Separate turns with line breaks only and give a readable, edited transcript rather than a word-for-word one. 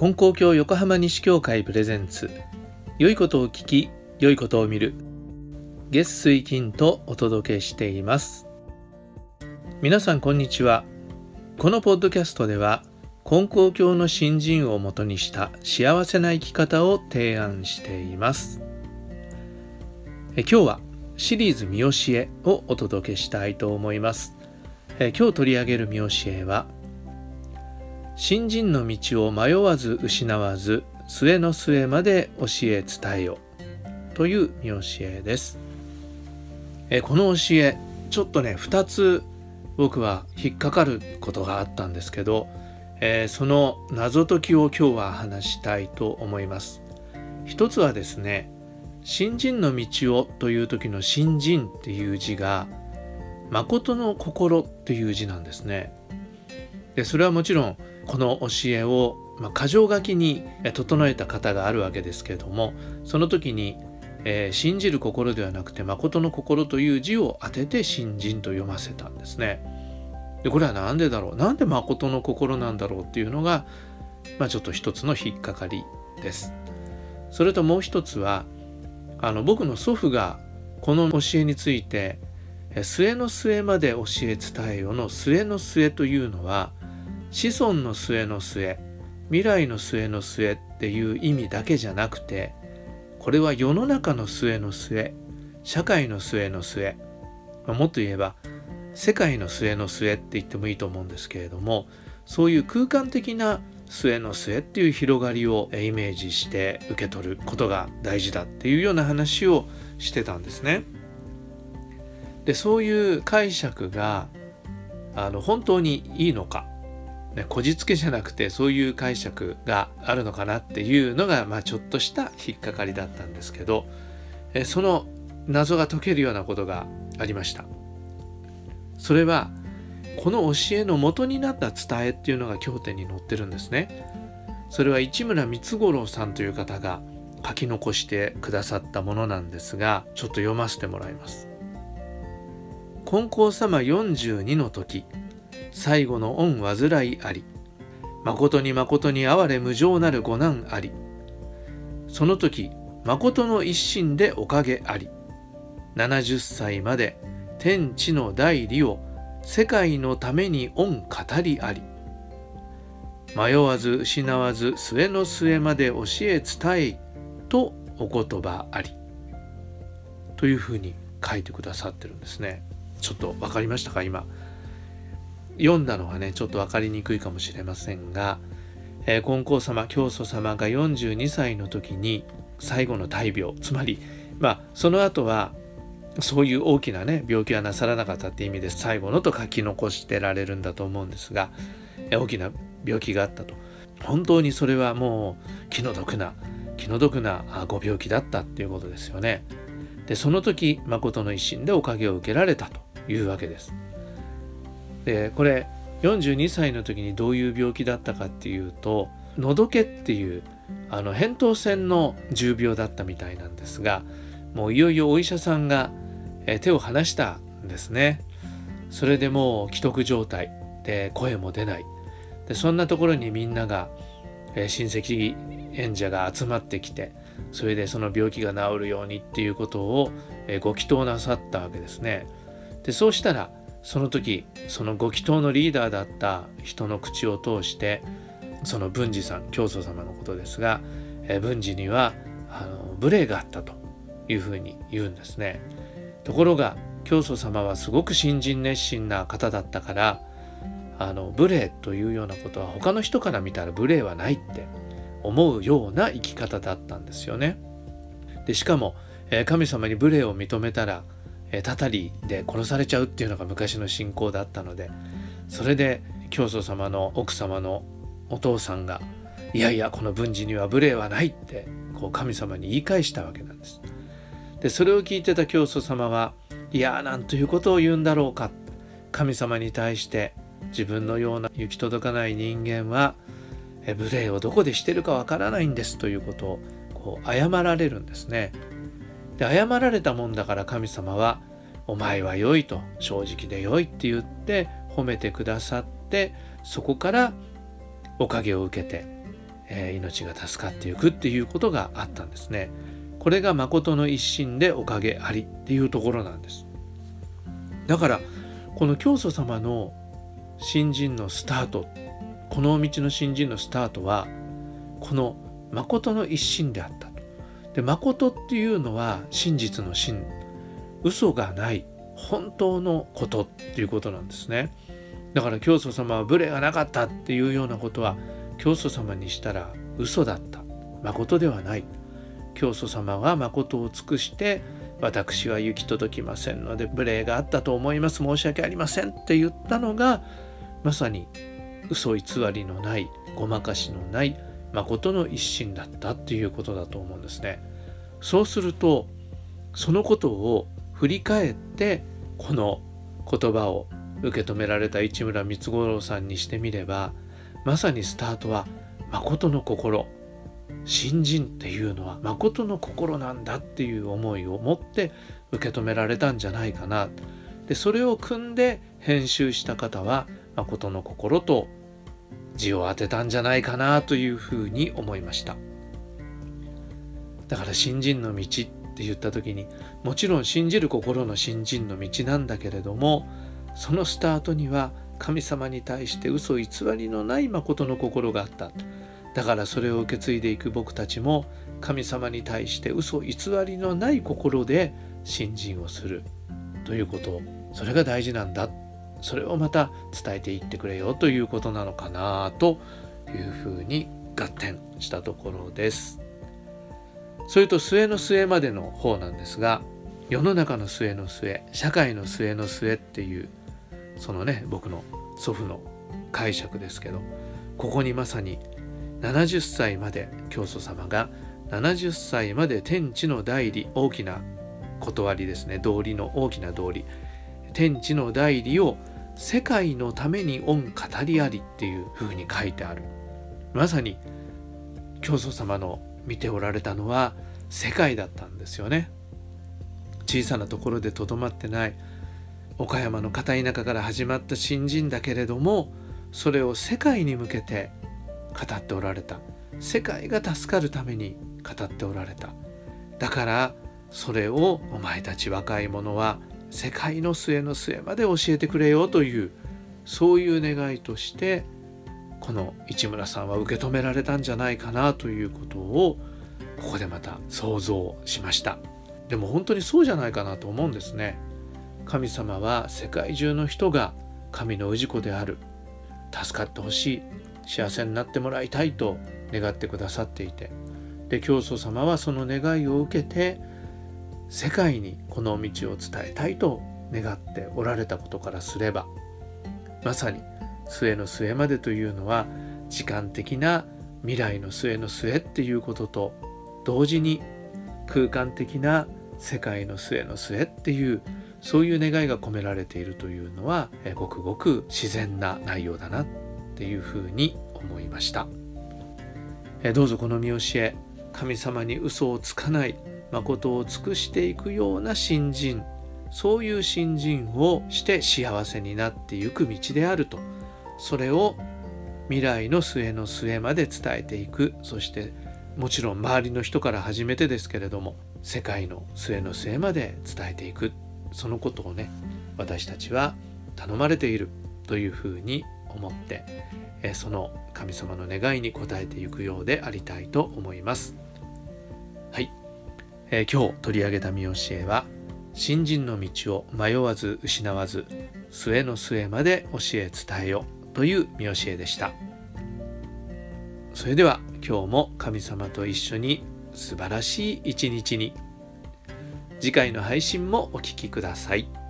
金光教横浜西教会プレゼンツ、良いことを聞き良いことを見る、月水金とお届けしています。皆さんこんにちは。このポッドキャストでは金光教の新人をもとにした幸せな生き方を提案しています。今日はシリーズ見教えをお届けしたいと思います。今日取り上げる見教えは、信心の道を迷わず失わず末の末まで教え伝えよという見教えです。この教えちょっと2つ僕は引っかかることがあったんですけど、その謎解きを今日は話したいと思います。一つはですね、信心の道をという時の信心っていう字が誠の心っていう字なんですね。でそれはもちろんこの教えを箇条書きに整えた方があるわけですけれども、その時に、信じる心ではなくて誠の心という字を当てて信心と読ませたんですね。でこれはなんでだろう、なんで誠の心なんだろうっていうのが、ちょっと一つの引っかかりです。それともう一つは僕の祖父がこの教えについて末の末まで教え伝えよの末の末というのは子孫の末の末、未来の末の末っていう意味だけじゃなくて、これは世の中の末の末、社会の末の末、もっと言えば世界の末の末って言ってもいいと思うんですけれども、そういう空間的な末の末っていう広がりをイメージして受け取ることが大事だっていうような話をしてたんですね。でそういう解釈が本当にいいのか、こじつけじゃなくてそういう解釈があるのかなっていうのが、ちょっとした引っかかりだったんですけど、その謎が解けるようなことがありました。それはこの教えの元になった伝えっていうのが経典に載ってるんですね。それは市村光五郎さんという方が書き残してくださったものなんですが、ちょっと読ませてもらいます。金光様42の時、最後の恩患いあり、誠に誠に哀れ無常なるご難あり、その時誠の一心でおかげあり、70歳まで天地の大理を世界のために恩語りあり、迷わず失わず末の末まで教え伝えとお言葉ありというふうに書いてくださってるんですね。ちょっと分かりましたか？今読んだのはちょっと分かりにくいかもしれませんが、金光様教祖様が42歳の時に最後の大病、つまりその後はそういう大きな病気はなさらなかったって意味で最後のと書き残してられるんだと思うんですが、大きな病気があったと。本当にそれはもう気の毒なご病気だったっていうことですよね。でその時誠の一心でおかげを受けられたというわけです。でこれ42歳の時にどういう病気だったかっていうと、のどけっていう扁桃腺の重病だったみたいなんですが、もういよいよお医者さんが手を離したんですね。それでもう危篤状態で声も出ない。でそんなところにみんなが親戚縁者が集まってきて、それでその病気が治るようにっていうことをご祈祷なさったわけですね。でそうしたらその時そのご祈祷のリーダーだった人の口を通して、その文治さん、教祖様のことですが、文治には無礼があったというふうに言うんですね。ところが教祖様はすごく信心熱心な方だったから、無礼というようなことは他の人から見たら無礼はないって思うような生き方だったんですよね。でしかも神様に無礼を認めたらたたりで殺されちゃうっていうのが昔の信仰だったので、それで教祖様の奥様のお父さんがいやいやこの文治には無礼はないって神様に言い返したわけなんです。でそれを聞いてた教祖様は、いやなんということを言うんだろうか、神様に対して自分のような行き届かない人間は無礼をどこでしてるかわからないんですということを謝られるんですね。で謝られたもんだから神様はお前は良いと、正直で良いって言って褒めてくださって、そこからおかげを受けて命が助かっていくっていうことがあったんですね。これが誠の一心でおかげありっていうところなんです。だからこの教祖様の信心のスタート、この道の信心のスタートはこの誠の一心であったと。で、誠っていうのは真実の真、嘘がない本当のことっていうことなんですね。だから教祖様は無礼がなかったっていうようなことは教祖様にしたら嘘だった、誠ではない。教祖様は誠を尽くして、私は行き届きませんので無礼があったと思います、申し訳ありませんって言ったのがまさに嘘偽りのない、ごまかしのない誠の一心だったっていうことだと思うんですね。そうするとそのことを振り返ってこの言葉を受け止められた市村光五郎さんにしてみれば、まさにスタートは誠の心、信心っていうのは誠の心なんだっていう思いを持って受け止められたんじゃないかな。でそれを組んで編集した方は誠の心と字を当てたんじゃないかなというふうに思いました。だから信心の道って言った時に、もちろん信じる心の信心の道なんだけれども、そのスタートには神様に対して嘘偽りのない誠の心があった。だからそれを受け継いでいく僕たちも神様に対して嘘偽りのない心で信心をするということ、それが大事なんだ、それをまた伝えていってくれよということなのかなというふうに合点したところです。それと末の末までの方なんですが、世の中の末の末、社会の末の末っていうそのね、僕の祖父の解釈ですけど、ここにまさに70歳まで教祖様が70歳まで天地の代理、大きな断りですね、道理の大きな道理、天地の代理を世界のために御語りありっていうふうに書いてある。まさに教祖様の見ておられたのは世界だったんですよね。小さなところでとどまってない岡山の片田舎から始まった信心だけれども、それを世界に向けて語っておられた。世界が助かるために語っておられた。だからそれをお前たち若い者は世界の末の末まで教えてくれよという、そういう願いとしてこの市村さんは受け止められたんじゃないかなということをここでまた想像しました。でも本当にそうじゃないかなと思うんですね。神様は世界中の人が神の氏子である、助かってほしい、幸せになってもらいたいと願ってくださっていて、で教祖様はその願いを受けて世界にこの道を伝えたいと願っておられたことからすれば、まさに末の末までというのは時間的な未来の末の末っていうことと同時に空間的な世界の末の末っていう、そういう願いが込められているというのはごくごく自然な内容だなっていうふうに思いました。どうぞこの見教え、神様に嘘をつかない誠を尽くしていくような信心、そういう信心をして幸せになっていく道であると、それを未来の末の末まで伝えていく、そしてもちろん周りの人から始めてですけれども世界の末の末まで伝えていく、そのことをね、私たちは頼まれているというふうに思って、その神様の願いに応えていくようでありたいと思います。はい、今日取り上げた見教えは信心の道を迷わず失わず末の末まで教え伝えよという見教えでした。それでは今日も神様と一緒に素晴らしい一日に。次回の配信もお聞きください。